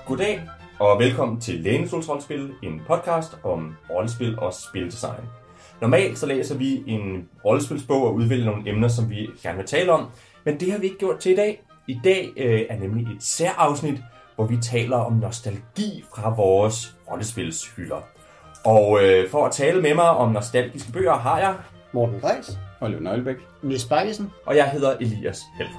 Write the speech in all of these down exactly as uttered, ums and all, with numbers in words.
Goddag og velkommen til Lænestolsrollespil, en podcast om rollespil og spildesign. Normalt så læser vi en rollespilsbog og udvælger nogle emner, som vi gerne vil tale om, men det har vi ikke gjort til i dag. I dag øh, er nemlig et særafsnit, hvor vi taler om nostalgi fra vores rollespilshylder. Og øh, for at tale med mig om nostalgiske bøger har jeg Morten Greis, Oliver Nøglebæk, Niels Bakkesen, og jeg hedder Elias Helfer.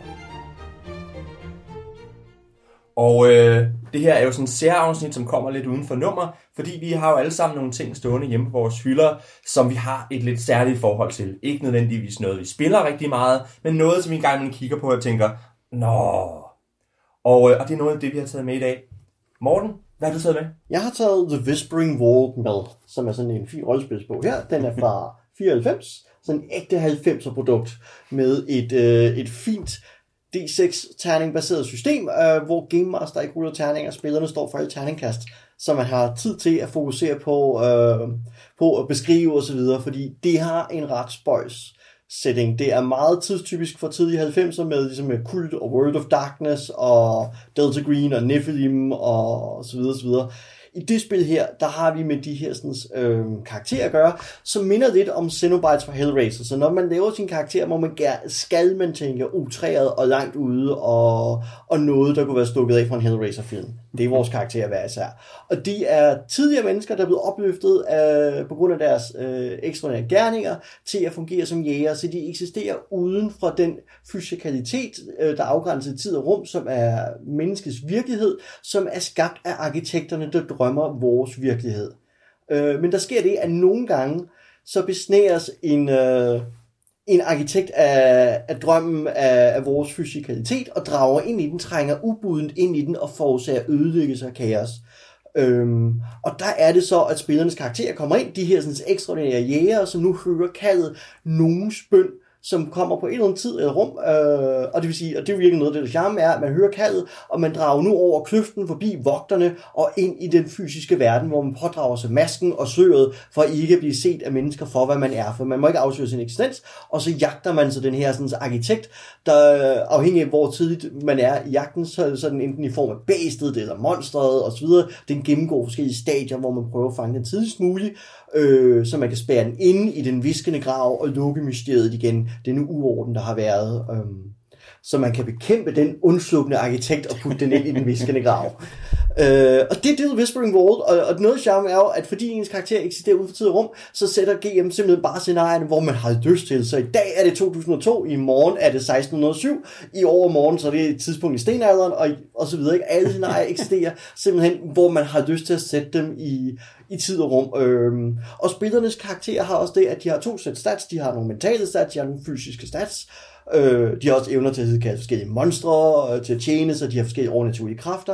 Og øh, det her er jo sådan et særafsnit, som kommer lidt uden for nummer, fordi vi har jo alle sammen nogle ting stående hjemme på vores hylder, som vi har et lidt særligt forhold til. Ikke nødvendigvis noget, vi spiller rigtig meget, men noget, som vi engang man kigger på og tænker, nå. Og, øh, og det er noget af det, vi har taget med i dag. Morten, hvad har du taget med? Jeg har taget The Whispering World med, som er sådan en fin rollespilsbog her. Den er fra fireoghalvfems, sådan en ægte halvfemser produkt med et, øh, et fint D seks terning-baseret system, øh, hvor Game Master ikke ruller terninger, spillerne står for alle terningkast, så man har tid til at fokusere på, øh, på at beskrive osv., fordi det har en ret spøjs setting. Det er meget tidstypisk for tidlige halvfemser med, ligesom med Kult og World of Darkness og Delta Green og Nephilim og så videre, så videre. I det spil her, der har vi med de her sådan, øh, karakterer at gøre, som minder lidt om Xenobites fra Hellraiser. Så når man laver sin karakter, må man gerne, skal man tænke utræret og langt ude, og, og noget, der kunne være stukket af fra en Hellraiser-film. Det er vores karakterer hver især. Og de er tidligere mennesker, der er blevet opløftet af, på grund af deres øh, ekstraordinære gerninger til at fungere som jæger, så de eksisterer uden for den fysikalitet, øh, der afgrænser tid og rum, som er menneskets virkelighed, som er skabt af arkitekterne, der drømmer vores virkelighed. Øh, men der sker det, at nogle gange, så besnæres en, øh, en arkitekt af, af drømmen af, af vores fysikalitet, og drager ind i den, trænger ubudent ind i den, og forårsager ødelæggelse og kaos. Øhm, og der er det så, at spillernes karakterer kommer ind, de her sådan, ekstraordinære jægere, som nu hører kaldet nogens bøn, som kommer på et eller andet tid eller rum, øh, og det vil sige, og det er virkelig noget, det der charme er, at man hører kaldet, og man drager nu over kløften forbi vogterne og ind i den fysiske verden, hvor man pådrager sig masken og sløret for ikke at blive set af mennesker for, hvad man er, for man må ikke afsløre sin eksistens, og så jagter man så den her sådan, arkitekt, der afhængig af hvor tidligt man er i jagten, så, så den enten i form af bæstet eller monstret og så videre, den gennemgår forskellige stadier, hvor man prøver at fange den tidligst muligt, øh, så man kan spære den inde i den viskende grav og lukke mysteriet igen. Den uorden, der har været, øhm, så man kan bekæmpe den undslupne arkitekt og putte den ind i den viskende grav. Øh, og det er det, Whispering World, og, og noget charme er jo, at fordi ens karakter eksisterer uden for tid og rum, så sætter G M simpelthen bare scenarierne, hvor man har lyst til. Så i dag er det to tusind og to, i morgen er det seksten hundrede og syv, i overmorgen så er det et tidspunkt i stenalderen, og, og så videre. Ikke? Alle scenarier eksisterer simpelthen, hvor man har lyst til at sætte dem i, i tid og rum. Øhm, og spillernes karakterer har også det, at de har to sæt stats. De har nogle mentale stats, de har nogle fysiske stats. Øh, de har også evner til at kalde forskellige monstre, øh, til at tjene, så de har forskellige overnaturlige kræfter.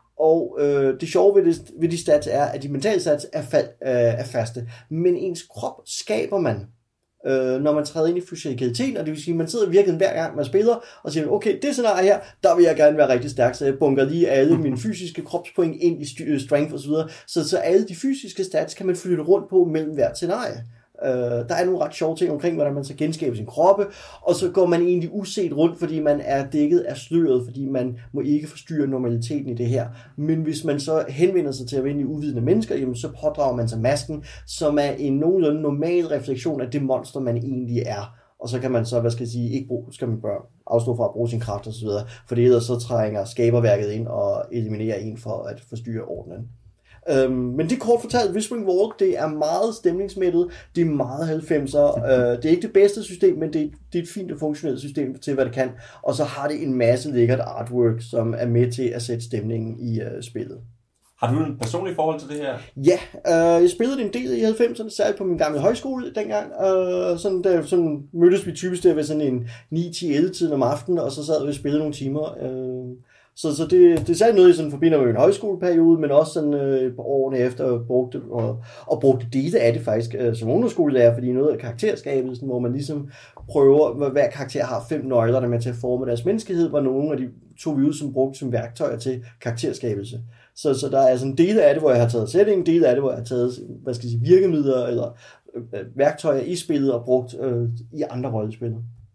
Og øh, det sjove ved, det, ved de stats er, at de mentale stats er, fald, øh, er faste. Men ens krop skaber man, øh, når man træder ind i fysikaliteten. Og det vil sige, at man sidder virkelig hver gang, man spiller, og siger, okay, det scenarie her, der vil jeg gerne være rigtig stærk, så jeg bunker lige alle mine fysiske kropspoint ind i strength osv. Så, så alle de fysiske stats kan man flytte rundt på mellem hvert scenarie. Uh, der er nogle ret sjove ting omkring, hvordan man så genskaber sin kroppe, og så går man egentlig uset rundt, fordi man er dækket af sløret, fordi man må ikke forstyrre normaliteten i det her. Men hvis man så henvender sig til at være uvidende mennesker, jamen, så pådrager man sig masken, som er en nogenlunde normal refleksion af det monster, man egentlig er. Og så kan man så, hvad skal jeg sige, ikke bruge, skal man bare afstå fra at bruge sin kraft osv., for det ellers så trænger skaberværket ind og eliminerer en for at forstyrre ordenen. Um, men det kort fortalt, Whispering World, det er meget stemningsmættet, det er meget halvfemser, uh, det er ikke det bedste system, men det, det er et fint og funktionelt system til, hvad det kan, og så har det en masse lækkert artwork, som er med til at sætte stemningen i uh, spillet. Har du en personlig forhold til det her? Ja, uh, jeg spillede en del i halvfemserne, særligt på min gamle højskole dengang, uh, sådan, der, sådan mødtes vi typisk der ved sådan en ni ti elleve tiden om aftenen, og så sad vi og spillede nogle timer. Uh, Så, så det, det er særligt noget, jeg sådan forbinder med en højskoleperiode, men også sådan øh, på årene efter brugte, og, og brugte dele af det faktisk øh, som ungdomsskolelærer, fordi noget af karakterskabet, sådan, hvor man ligesom prøver, hver karakter har fem nøgler, der er med til at forme deres menneskehed, var nogle af de tog vi ud som brugt som værktøjer til karakterskabelse. Så, så der er sådan dele af det, hvor jeg har taget setting, dele af det, hvor jeg har taget hvad skal jeg sige, virkemidler eller øh, værktøjer i spillet og brugt øh, i andre rollespil.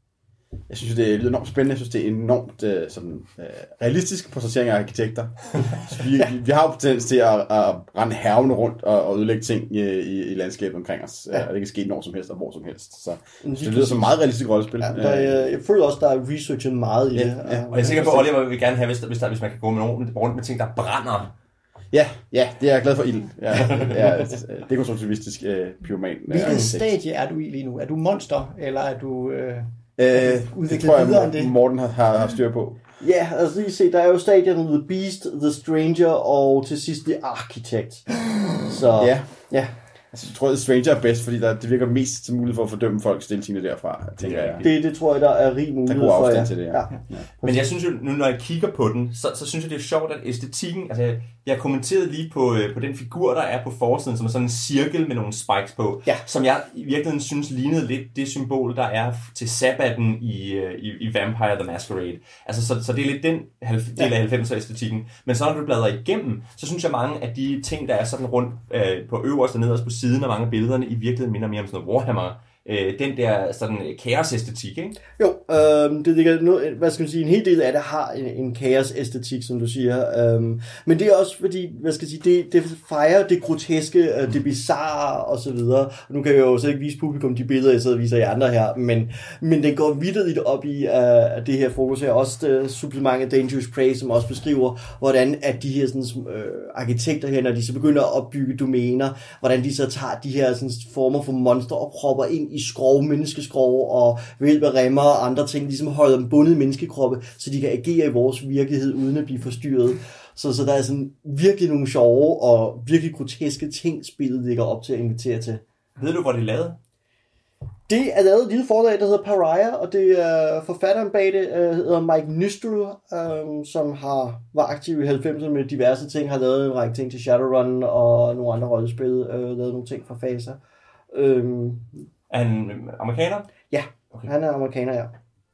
Jeg synes, det er enormt spændende. Jeg synes, det er enormt øh, sådan, øh, realistisk portrættering af arkitekter. vi, ja. vi har jo potens til at, at rende hervende rundt og, og ødelægge ting i, i, i landskabet omkring os. Ja. Og det kan ske når som helst og hvor som helst. Så, så det lyder som meget realistisk rollespil. Ja, der er, jeg føler også, der er researchet meget i ja, det. Ja. Og jeg er sikker på, at Oliver vil gerne have, hvis, der, hvis, der, hvis man kan gå med nogen, rundt med ting, der brænder. Ja, ja, det er jeg glad for ild. Ja, ja, dekonstruktivistisk øh, pyroman. Hvilken stadie er du i lige nu? Er du monster, eller er du øh, øh, udviklet det tror jeg, videre end det? Morten har, har, har styr på. Ja, altså lige se, der er jo stadierne The Beast, The Stranger og til sidst The Architect. Så ja. ja. Altså, jeg tror, at Stranger er bedst, fordi der, det virker mest til muligt for at fordømme folks stiltigende derfra, tænker jeg. Det, det tror jeg, der er rig mulighed for, ja. til det, ja. Ja. Ja. Men jeg synes jo, nu når jeg kigger på den, så, så synes jeg, det er sjovt, at æstetikken... Altså, jeg, jeg kommenterede lige på, øh, på den figur, der er på forsiden, som er sådan en cirkel med nogle spikes på, ja. som jeg i virkeligheden synes lignede lidt det symbol, der er til sabbaten i, i, i Vampire the Masquerade. Altså, så, så det er lidt den del af halvfemser-æstetikken. Men så når du bladrer igennem, så synes jeg, mange af de ting, der er sådan rundt øh, på øverst og nederst på siden af mange af billederne, i virkeligheden minder mere om sådan noget Warhammer. Øh, den der sådan kaos-æstetik, ikke? Jo, øh, det ligger noget, hvad skal man sige, en hel del af det har en, en kaos-æstetik, som du siger. Øh, men det er også fordi, hvad skal jeg sige, det, det fejrer det groteske, det bizarre og så videre. Og nu kan jeg jo så ikke vise publikum de billeder, jeg sidder og viser jer andre her, men, men den går vitterligt op i uh, det her fokus her. Også det supplement af Dangerous Prey, som også beskriver, hvordan at de her sådan, øh, arkitekter her, når de så begynder at opbygge domæner, hvordan de så tager de her sådan, former for monster og propper ind i skrov, menneskeskrov og ved hjælp af remmer og andre ting, ligesom holder dem bundet i menneskekroppe, så de kan agere i vores virkelighed uden at blive forstyrret. Så, så der er sådan virkelig nogle sjove og virkelig groteske ting, spillet ligger op til at invitere til. Ved du, hvor det er lavet? Det er lavet et lille forlag, der hedder Pariah, og det er forfatteren bag det, uh, hedder Mike Nystuen, um, som har var aktiv i halvfemserne med diverse ting, har lavet en række ting til Shadowrun og nogle andre rollespil, uh, lavet nogle ting fra Faser. Um, Er han amerikaner? Ja, okay. Han er amerikaner, ja.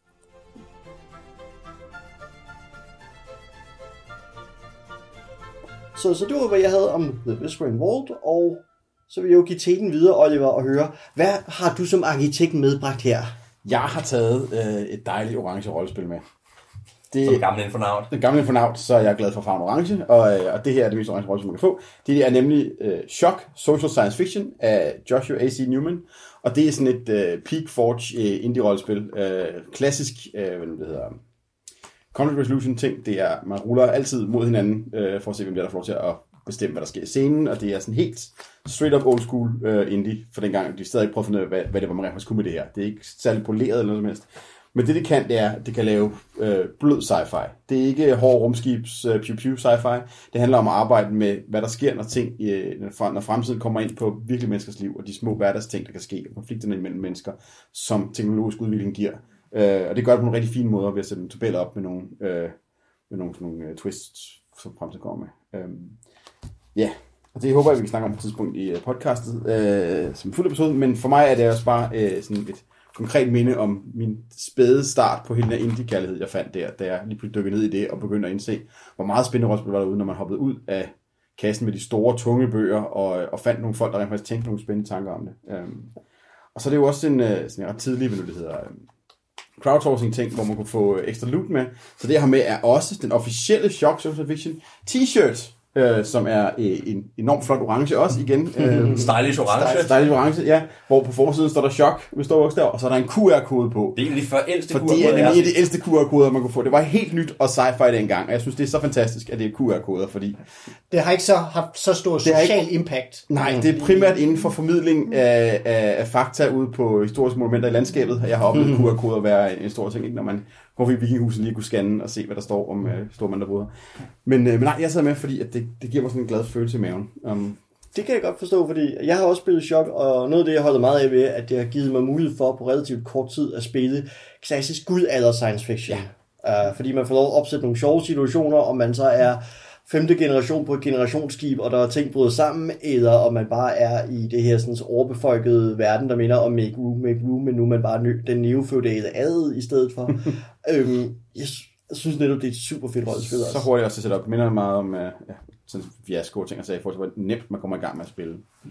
Så, så det var, hvad jeg havde om The Whispering Vault, og så vil jeg jo give teten videre, Oliver, og høre, hvad har du som arkitekt medbragt her? Jeg har taget øh, et dejligt orange rollespil med. Det er gamle Infonaut. Det gamle Infonaut, så jeg er glad for farven orange, og, øh, og det her er det mest orange rollespil, man kan få. Det er nemlig øh, Shock Social Science Fiction af Joshua A C Newman, og det er sådan et øh, Peak Forge øh, indie-rollespil. Øh, klassisk, øh, hvad det hedder, conflict resolution ting. Det er, man ruller altid mod hinanden øh, for at se, hvem der, der får lov til at bestemme, hvad der sker i scenen, og det er sådan helt straight up old school øh, indie, for dengang de stadig prøver at finde ud af, hvad, hvad det var, man rent kunne med det her. Det er ikke særlig poleret eller noget som helst. Men det, det kan, det er, at det kan lave øh, blød sci-fi. Det er ikke hård rumskibs øh, pew-pew sci-fi. Det handler om at arbejde med, hvad der sker, når, ting, øh, når fremtiden kommer ind på virkelig menneskers liv, og de små hverdagsting, der kan ske, og konflikterne mellem mennesker, som teknologisk udvikling giver. Øh, og det gør det på en rigtig fin måde, ved at sætte en tabel op med nogle, øh, med nogle, nogle uh, twists, som fremtiden kommer med. Øh, ja, yeah. Og det håber jeg, vi kan snakke om på et tidspunkt i podcastet, øh, som fuld episode, men for mig er det også bare øh, sådan et konkret minde om min spæde start på hele den indie-kærlighed, jeg fandt der, da jeg lige pludselig dykkede ned i det og begyndte at indse, hvor meget spændende rollespil var derude, når man hoppede ud af kassen med de store, tunge bøger, og, og fandt nogle folk, der rent faktisk tænkte nogle spændende tanker om det. Um, og så er det jo også en, sådan en ret tidlig, hvad det hedder, um, crowdsourcing-ting, hvor man kunne få ekstra loot med. Så det, jeg har med, er også den officielle Shock Social Fiction t-shirt, Øh, som er øh, en enormt flot orange også igen. Øh, stylish orange. Stylish orange, ja. Hvor på forsiden står der Shock med store bogstaver, og så er der en Q R-kode på. Det er en af de for ældste Q R-koder. For det er en af de ældste Q R-koder, man kunne få. Det var helt nyt og sci-fi dengang, og jeg synes, det er så fantastisk, at det er Q R-koder, fordi... Det har ikke så haft så stor social ikke... impact. Nej, det er primært inden for formidling af, af, af fakta ude på historiske monumenter i landskabet. Jeg har oplevet mm-hmm. Q R-koder være en stor ting, ikke? Når man går i Vikinghuset lige kunne scanne og se, hvad der står om øh, stormand der boder. Men, øh, men nej, jeg sad med, fordi at det, det giver mig sådan en glad følelse i maven. Um, det kan jeg godt forstå, fordi jeg har også spillet Shock, og noget af det, jeg holder meget af ved, at det har givet mig mulighed for på relativt kort tid at spille klassisk guldalder science fiction. Ja. Uh, fordi man får lov at opsætte nogle sjove situationer, og man så er femte generation på et generationsskib, og der er ting brudt sammen, eller om man bare er i det her sådan overbefolkede verden, der minder om Make Room, Make Room, men nu er man bare nø- den neofeudale adel i stedet for. øhm, jeg, jeg synes netop, det er et super fedt rollespil også. Så hurtigt også at sætte op. Det minder meget om uh, ja, sådan fiasko ting, og så i forhold til, hvor nemt man kommer i gang med at spille.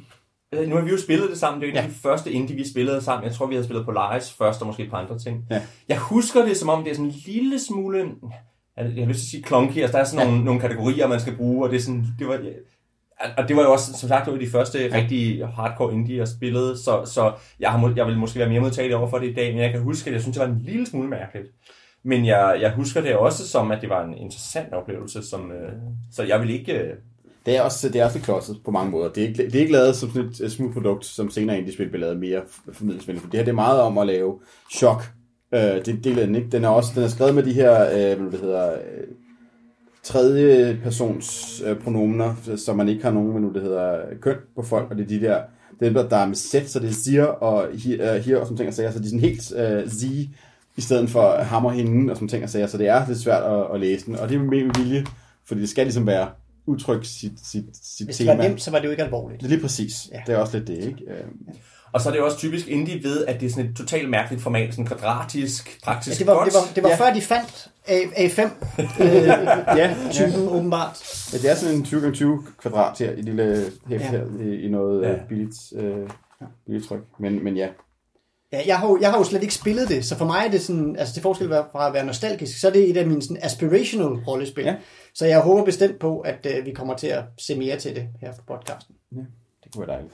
Nu har vi jo spillet det sammen. Det er jo en af de første indie, vi spillede sammen. Jeg tror, vi havde spillet Polaris først, og måske et par andre ting. Ja. Jeg husker det, som om det er sådan en lille smule... Jeg har lyst til at sige clunky. Altså, der er sådan ja. nogle, nogle kategorier, man skal bruge, og det er sådan... Det var, og det var jo også, som sagt, det var de første ja. rigtig hardcore indie, jeg spillede, så, så jeg, har, jeg vil måske være mere modtagelig over for det i dag, men jeg kan huske, at jeg synes, det var en lille smule mærkeligt. Men jeg, jeg husker det også som, at det var en interessant oplevelse, som, øh, så jeg vil ikke... Øh... Det er også, det er også lidt klodset på mange måder. Det er, ikke, det er ikke lavet som sådan et smooth produkt, som senere indie-spil bliver lavet mere formidlingsvenligt. For det her det er meget om at lave chok. Øh, det del af den, ikke? Den er også den er skrevet med de her, øh, hvad det hedder... Øh, tredje persons øh, pronomener, så man ikke har nogen, men det hedder køn på folk, og det er de der, det er der er med sæt, så det er siger og her, her og sådan ting og sager, så de er sådan helt øh, zi, i stedet for hammer hende og sådan ting og sager, så det er lidt svært at, at læse den, og det er med vilje, fordi det skal ligesom være udtryk sit, sit, sit Hvis tema. det var nemt, så var det jo ikke alvorligt. Det er lige præcis, ja. Det er også lidt det, ikke? Og så er det jo også typisk indie ved, at det er sådan et totalt mærkeligt format, sådan kvadratisk, praktisk ja, det var, godt. Det var, det var ja. før de fandt A fem øh, ja, typen ja. åbenbart. Ja, det er sådan en tyve gange tyve kvadrat her i lille hæft ja. her i, i noget ja. billigt, øh, billigt tryk. Men, men ja. Ja, jeg har, jo, jeg har jo slet ikke spillet det, så for mig er det sådan, altså til forskel fra at være nostalgisk, så er det et af mine sådan aspirational rollespil. Ja. Så jeg håber bestemt på, at øh, vi kommer til at se mere til det her på podcasten. Ja, det kunne være dejligt.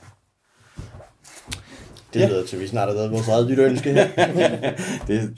Det ja. lyder til, at vi snart har været vores eget nyt ønske her. det er...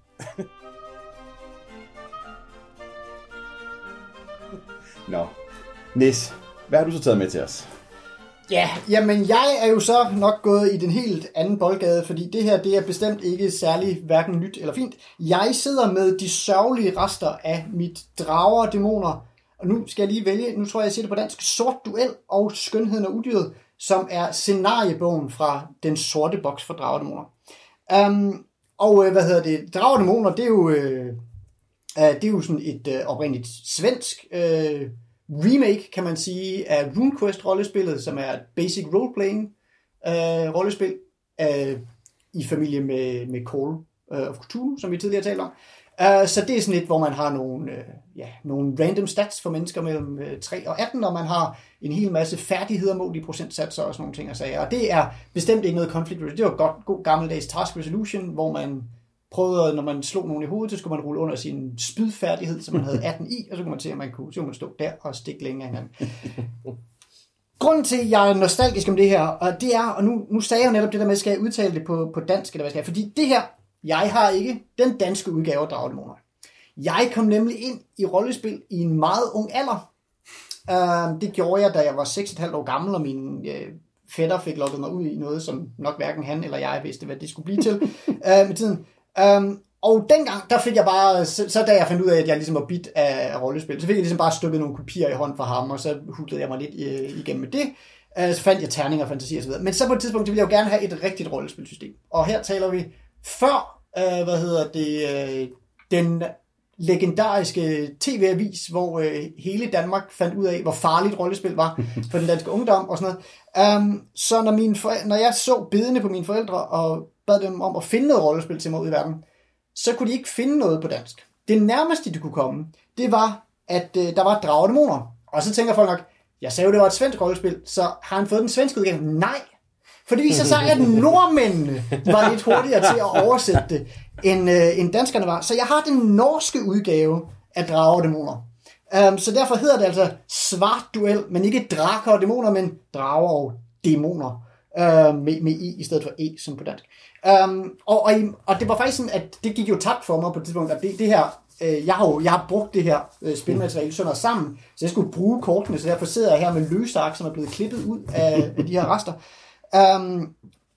Nå. Nis, hvad har du så taget med til os? Ja, jamen jeg er jo så nok gået i den helt anden boldgade, fordi det her, det er bestemt ikke særlig hverken nyt eller fint. Jeg sidder med de sørgelige rester af mit Drager og Dæmoner, og nu skal jeg lige vælge, nu tror jeg, jeg siger det på dansk, Sort Duel og Skønheden og Udyret, som er scenariebogen fra den sorte boks for Drager og Dæmoner. Um, og hvad hedder det? Drager og Dæmoner, det er jo, øh, det er jo sådan et øh, oprindeligt svensk øh, remake, kan man sige, af RuneQuest-rollespillet, som er et basic role-playing øh, rollespil øh, i familie med, med Call of Cthulhu, som vi tidligere talte om. Uh, så det er sådan et, hvor man har nogle, uh, ja, nogle random stats for mennesker mellem uh, tre og atten, og man har en hel masse færdigheder, mål i procentsatser og sådan nogle ting og sager. Og det er bestemt ikke noget conflict resolution. Det var godt, god gammeldags task resolution, hvor man prøvede, når man slog nogen i hovedet, så skulle man rulle under sin spydfærdighed, som man havde atten i, og så kunne man se, at man kunne, så kunne man stå der og stikke længe af hinanden. Grunden til, at jeg er nostalgisk om det her, og det er, og nu, nu sagde jeg jo netop det der med, skal jeg udtale det på, på dansk, eller hvad skal jeg, fordi det her, jeg har ikke den danske udgave af Drager og Dæmoner. Jeg kom nemlig ind i rollespil i en meget ung alder. Uh, det gjorde jeg, da jeg var seks komma fem år gammel, og min uh, fætter fik lukket mig ud i noget, som nok hverken han eller jeg vidste, hvad det skulle blive til uh, med tiden. Um, og dengang, der fik jeg bare, så, så da jeg fandt ud af, at jeg ligesom var bit af, af rollespil, så fik jeg ligesom bare stukket nogle kopier i hånden fra ham, og så hudlede jeg mig lidt uh, igennem med det. Uh, så fandt jeg terninger, fantasi og så videre. Men så på et tidspunkt, så ville jeg jo gerne have et rigtigt rollespilsystem. Og her taler vi før Uh, hvad hedder det, uh, den legendariske tv-avis, hvor uh, hele Danmark fandt ud af, hvor farligt rollespil var for den danske ungdom og sådan noget. Um, så når, mine forældre, når jeg så bedene på mine forældre og bad dem om at finde noget rollespil til mig ud i verden, så kunne de ikke finde noget på dansk. Det nærmeste, de kunne komme, det var, at uh, der var Drager og Dæmoner. Og så tænker folk nok, jeg sagde jo, det var et svensk rollespil, så har han fået den svenske udgave? Nej! For det viser sig, at nordmændene var lidt hurtigere til at oversætte det, end, øh, end danskerne var. Så jeg har den norske udgave af Drager og Dæmoner. Um, så derfor hedder det altså Svart Duel, men ikke Drager og Dæmoner, men Drager og Dæmoner. Uh, med, med i i stedet for e, som på dansk. Um, og, og, og det var faktisk sådan, at det gik jo tabt for mig på et tidspunkt, at det, det her, øh, jeg, har jo, jeg har brugt det her øh, spilmateriale sådan noget sammen, så jeg skulle bruge kortene, så derfor sidder jeg her med løsark, som er blevet klippet ud af, af de her rester. Um,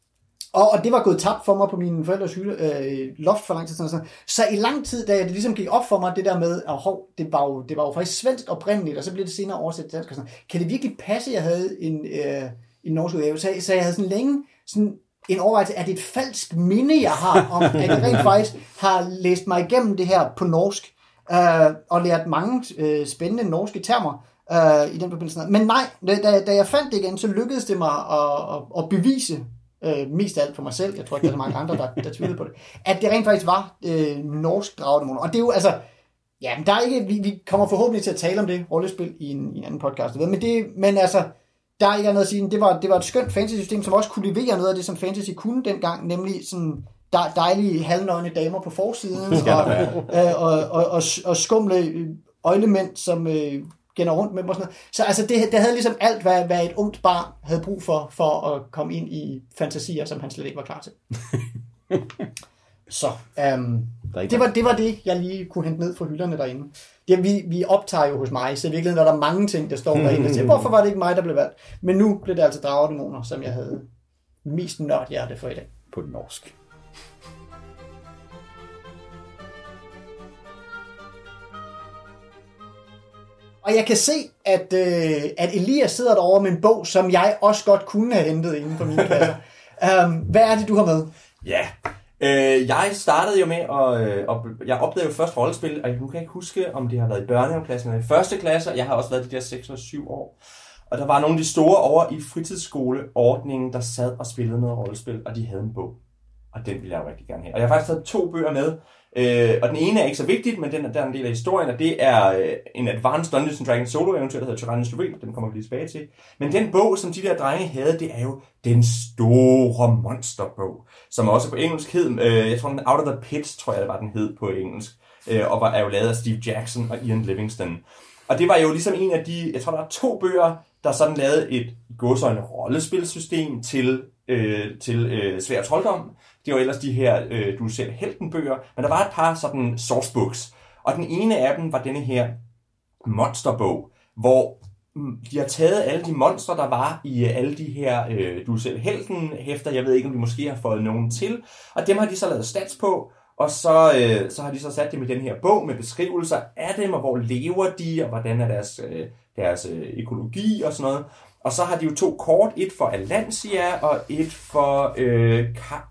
og, og det var gået tabt for mig på mine forældres hylde, øh, loft for lang tid siden. Så i lang tid, da det ligesom gik op for mig, det der med, at hov, det, var jo, det var jo faktisk svensk oprindeligt, og så blev det senere oversat til dansk. Kan det virkelig passe, at jeg havde en, øh, en norsk udgave? Så, så jeg havde sådan længe sådan en overvejelse, er det et falsk minde, jeg har, om at jeg rent faktisk har læst mig igennem det her på norsk, øh, og lært mange øh, spændende norske termer. Uh, i den forbindelse. Men nej, da, da jeg fandt det igen, så lykkedes det mig at, at, at bevise, uh, mest af alt for mig selv, jeg tror ikke, der er mange andre, der, der tvivlede på det, at det rent faktisk var uh, norsk Drager og Dæmoner. Og det er jo altså, ja, der er ikke, vi, vi kommer forhåbentlig til at tale om det rollespil i en, i en anden podcast, men, det, men altså, der er ikke andet at sige. Det var, det var et skønt fantasy-system, som også kunne levere noget af det, som fantasy kunne dengang, nemlig sådan dejlige halvnøgne damer på forsiden, og, øh, og, og, og, og skumle øjlemænd, som øh, gænder rundt med dem og sådan noget. Så altså, det, det havde ligesom alt, hvad, hvad et ungt barn havde brug for, for at komme ind i fantasier, som han slet ikke var klar til. Så øhm, det, var, det var det, jeg lige kunne hente ned fra hylderne derinde. Det, vi, vi optager jo hos mig, så i virkeligheden er der mange ting, der står derinde, og siger, hvorfor var det ikke mig, der blev valgt? Men nu blev det altså Drager og Dæmoner, som jeg havde mest nørdhjerte for i dag. På norsk. Og jeg kan se, at, øh, at Elias sidder derovre med en bog, som jeg også godt kunne have hentet inden for mine kasser. um, hvad er det, du har med? Ja, øh, jeg startede jo med, at, øh, og jeg opdagede jo først rollespil, og nu kan jeg ikke huske, om det har været i børnehaveklassen eller i første klasse, og jeg har også været de der seks eller syv år. Og der var nogle af de store over i fritidsskoleordningen, der sad og spillede noget rollespil, og de havde en bog. Og den ville jeg jo rigtig gerne have. Og jeg har faktisk taget to bøger med, øh, og den ene er ikke så vigtigt, men den er, der er en del af historien, og det er øh, en Advanced Dungeons and Dragons solo-eventyr, der hedder Tyrannus Juvel. Den kommer vi lige tilbage til. Men den bog, som de der drenge havde, det er jo den store monsterbog, som også på engelsk hed, øh, jeg tror den Out of the Pits, tror jeg det var den hed på engelsk, øh, og var, er jo lavet af Steve Jackson og Ian Livingstone. Og det var jo ligesom en af de, jeg tror der er to bøger, der sådan lavede et gåseøjne rollespilsystem til, øh, til øh, Sværd og Trolddom. Det var ellers de her, øh, du selv heltenbøger, men der var et par sådan sourcebooks. Og den ene af dem var denne her monsterbog, hvor de har taget alle de monstre, der var i alle de her, øh, du selv helten hæfter. Jeg ved ikke, om de måske har fået nogen til. Og dem har de så lavet stats på. Og så, øh, så har de så sat dem i den her bog med beskrivelser af dem, og hvor lever de, og hvordan er deres, øh, deres øh, økologi og sådan noget. Og så har de jo to kort, et for Alancia og et for øh,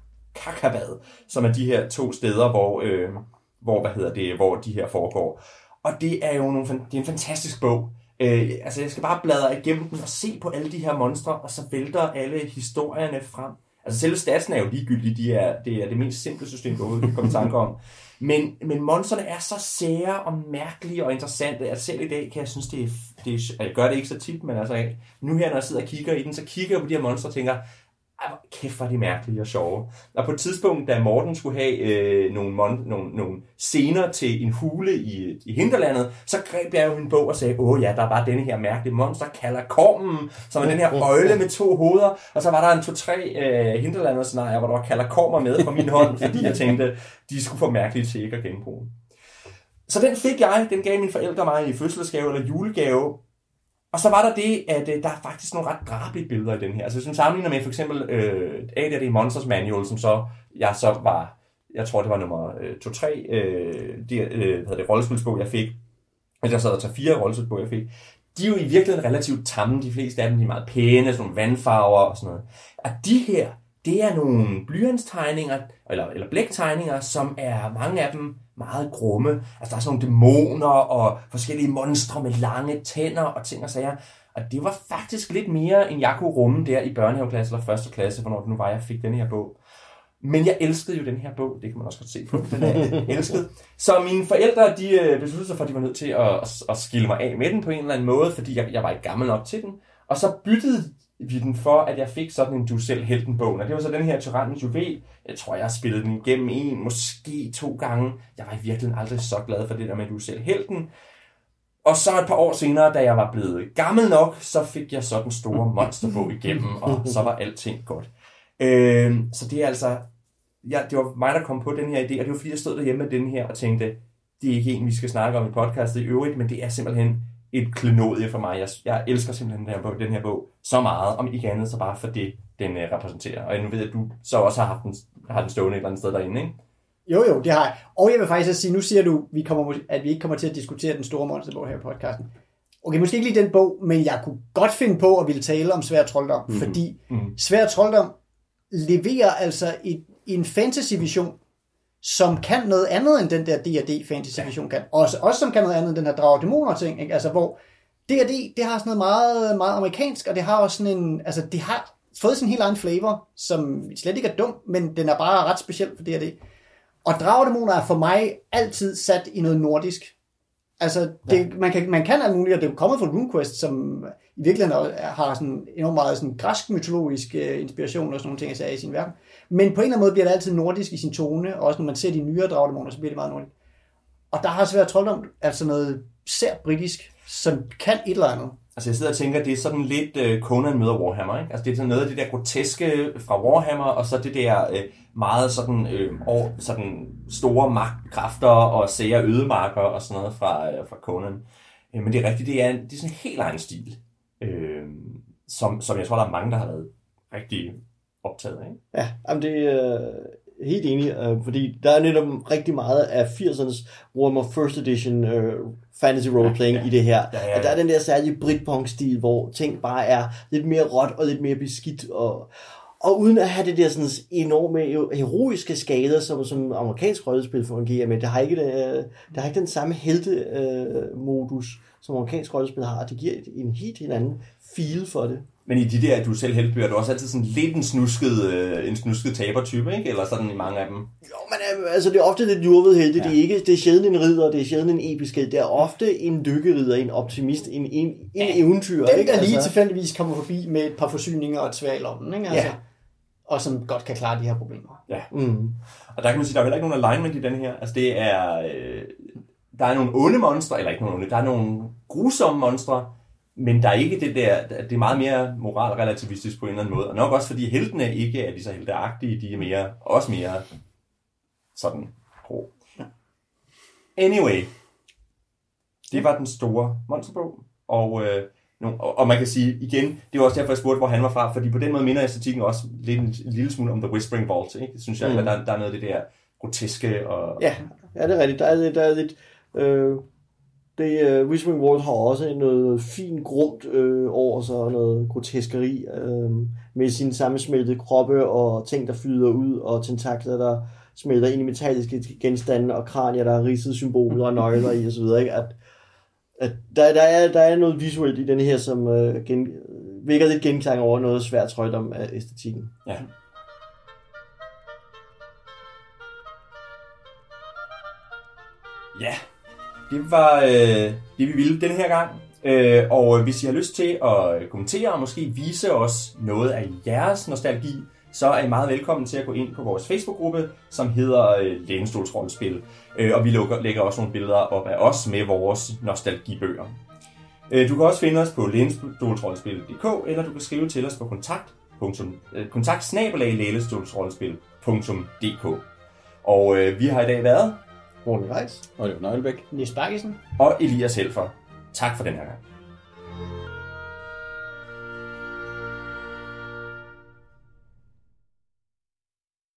Kakabad, som er de her to steder, hvor, øh, hvor, hvad hedder det, hvor de her foregår. Og det er jo nogle, det er en fantastisk bog. Øh, altså jeg skal bare bladre igennem den og se på alle de her monstre, og så vælter alle historierne frem. Altså selve statsen er jo ligegyldige, de er, det er det mest simple system, du overhovedet kan komme i tanke om. Men, men monsterne er så sære og mærkelige og interessante, at selv i dag kan jeg synes, det er, det er, jeg gør det ikke så tit, men altså nu her, når jeg sidder og kigger i den, så kigger jeg på de her monstre og tænker, ej, kæft, hvor er de mærkelige og sjove. Og på et tidspunkt, da Morten skulle have øh, nogle, mon- nogle, nogle scener til en hule i, i Hinterlandet, så greb jeg jo min bog og sagde, åh ja, der var denne her mærkelige monster, Kalakormen, som er den her øjle med to hoveder, og så var der en to-tre øh, Hinterlandet-scenarier, hvor der var Kalakormer med på min hånd, fordi jeg tænkte, de skulle få mærkelige til ikke at genbruge. Så den fik jeg, den gav mine forældre mig i fødselsdagsgave eller julegave. Og så var der det, at øh, der er faktisk nogle ret drabelige billeder i den her. Altså hvis man sammenligner med for eksempel øh, A D D Monsters Manual, som så jeg så var, jeg tror det var nummer øh, to-tre, øh, det, øh, hvad hedder det, rollespilsbog, jeg fik. Altså jeg sad og tager fire rollespilsbog, jeg fik. De er jo i virkeligheden relativt tamme, de fleste af dem, de er meget pæne, sådan nogle vandfarver og sådan noget. Og de her, det er nogle blyantstegninger, eller, eller blæktegninger, som er mange af dem meget grumme. Altså der er sådan nogle dæmoner og forskellige monstre med lange tænder og ting og sager. Og det var faktisk lidt mere, end jeg kunne rumme der i børnehaveklasse eller første klasse, hvornår det nu var, jeg fik den her bog. Men jeg elskede jo den her bog, det kan man også godt se på, den er elsket. Så mine forældre, de besluttede sig for, at de var nødt til at, at, at skille mig af med den på en eller anden måde, fordi jeg, jeg var ikke gammel nok til den. Og så byttede vi den for, at jeg fik sådan en du selv helten-bog. Og det var så den her Tyrannus Juvel. Jeg tror, jeg har spillet den igennem en, måske to gange. Jeg var i virkeligheden aldrig så glad for det der med du selv helten. Og så et par år senere, da jeg var blevet gammel nok, så fik jeg så den store monsterbog igennem, og så var alting godt. Øh, så det er altså, ja, det var mig, der kom på den her idé, og det var fordi, jeg stod derhjemme med den her og tænkte, det er ikke en, vi skal snakke om i podcastet i øvrigt, men det er simpelthen et klenodie for mig. Jeg, jeg elsker simpelthen den her, bog, den her bog så meget, om ikke andet, så bare for det, den uh, repræsenterer. Og nu ved jeg, at du så også har haft den, har den stående et eller andet sted derinde, ikke? Jo, jo, det har jeg. Og jeg vil faktisk sige, nu siger du, vi kommer, at vi ikke kommer til at diskutere den store monsterbog her i podcasten. Okay, måske ikke lige den bog, men jeg kunne godt finde på at ville tale om Sværd og Trolddom, mm-hmm. fordi mm-hmm. Sværd og Trolddom leverer altså et, en fantasy-vision, som kan noget andet end den der D og D fantasy-vision kan. Også, også som kan noget andet end den her Drager og Dæmoner ting, ikke? Altså hvor D og D, det har sådan noget meget, meget amerikansk, og det har også sådan en, altså det har fået sin helt egen flavor, som slet ikke er dum, men den er bare ret speciel for D og D. Og Drager og Dæmoner er for mig altid sat i noget nordisk. Altså, det, ja. man, kan, man kan alt muligt, og det er jo kommet fra RuneQuest, som i virkeligheden har sådan enormt meget sådan græsk mytologisk uh, inspiration og sådan nogle ting, jeg sagde i sin verden. Men på en eller anden måde bliver det altid nordisk i sin tone, og også når man ser de nyere dragdæmoner, så bliver det meget nordisk. Og der har altså været trolddom, altså noget sært britisk, som kan et eller andet. Altså jeg sidder og tænker, det er sådan lidt uh, Conan møder Warhammer, ikke? Altså det er sådan noget af det der groteske fra Warhammer, og så det der uh, meget sådan, uh, og, sådan store magtkræfter og sære ødemarker og sådan noget fra, uh, fra Conan. Uh, men det er rigtigt, det er, det er sådan en helt egen stil, uh, som, som jeg tror, der er mange, der har været rigtig optaget af. Ikke? Ja, jamen det er uh, helt enig, uh, fordi der er netop rigtig meget af firsernes Warhammer First Edition uh, fantasy roleplaying ja, ja. i det her. Ja, ja, ja. Der er den der særlige Britpong-stil, hvor ting bare er lidt mere råt og lidt mere beskidt, og, og uden at have det der sådan enorme heroiske skader, som, som amerikansk rollespil fungerer med. Det har ikke, det, det har ikke den samme helte-modus, uh, som amerikansk rollespil har. Det giver en helt en anden feel for det. Men i de der, du selv heltebøger, er du også altid sådan lidt en snusket, øh, en snusket tabertype, ikke? Eller sådan i mange af dem? Jo, men altså, det er ofte lidt jurvet helte. Ja. Det er ikke, det er sjældent en ridder, det er sjældent en episk helte. Det er ofte en lykkeridder, en optimist, en, en, en ja, eventyr. Den, ikke? der lige altså. tilfældigvis kommer forbi med et par forsyninger og et svag lommen, ikke? Altså, ja. Og som godt kan klare de her problemer. Ja. Mm. Og der kan man sige, der er heller ikke nogen alignment i den her. Altså, det er... Øh, der er nogle onde monstre, eller ikke nogle onde, der er nogle grusomme monstre, men der er ikke det der, det er meget mere moralrelativistisk på en eller anden måde. Og nok også fordi heltene ikke er lige så helteagtige, de er mere, også mere sådan grå. Anyway, det var den store monsterbog. Og, øh, og, og man kan sige igen, det var også derfor jeg spurgte, hvor han var fra, fordi på den måde minder æstetikken også lidt en lille smule om The Whispering Vault, ikke? Det synes jeg, mm. at der, der er noget af det der groteske. Og... Ja, ja, det er rigtigt. Der er, der er lidt... Øh... Det, uh, Whispering Vault har også noget fint grumt øh, over sig, og noget groteskeri øh, med sine sammensmeltede kroppe og ting, der flyder ud, og tentakler, der smelter ind i metalliske genstande, og kranier, der har ridset symboler og nøgler i osv. Ikke? At, at der, der, er, der er noget visuelt i den her, som øh, gen, vækker lidt genklang over noget svært trøjdom af æstetikken. Ja. Ja. Det var øh, det, vi ville denne her gang. Øh, og hvis I har lyst til at kommentere og måske vise os noget af jeres nostalgi, så er I meget velkommen til at gå ind på vores Facebook-gruppe, som hedder øh, Lænestolsrollespil. Øh, og vi lukker, lægger også nogle billeder op af os med vores nostalgibøger. Øh, du kan også finde os på lænestolsrollespil punktum d k, eller du kan skrive til os på kontakt, øh, kontakt snabel-a lænestolsrollespil punktum d k. Og øh, vi har i dag været... Morten Reis, Oliver Nøglebæk, Niels Bakkesen og Elias Helfer. Tak for den her gang.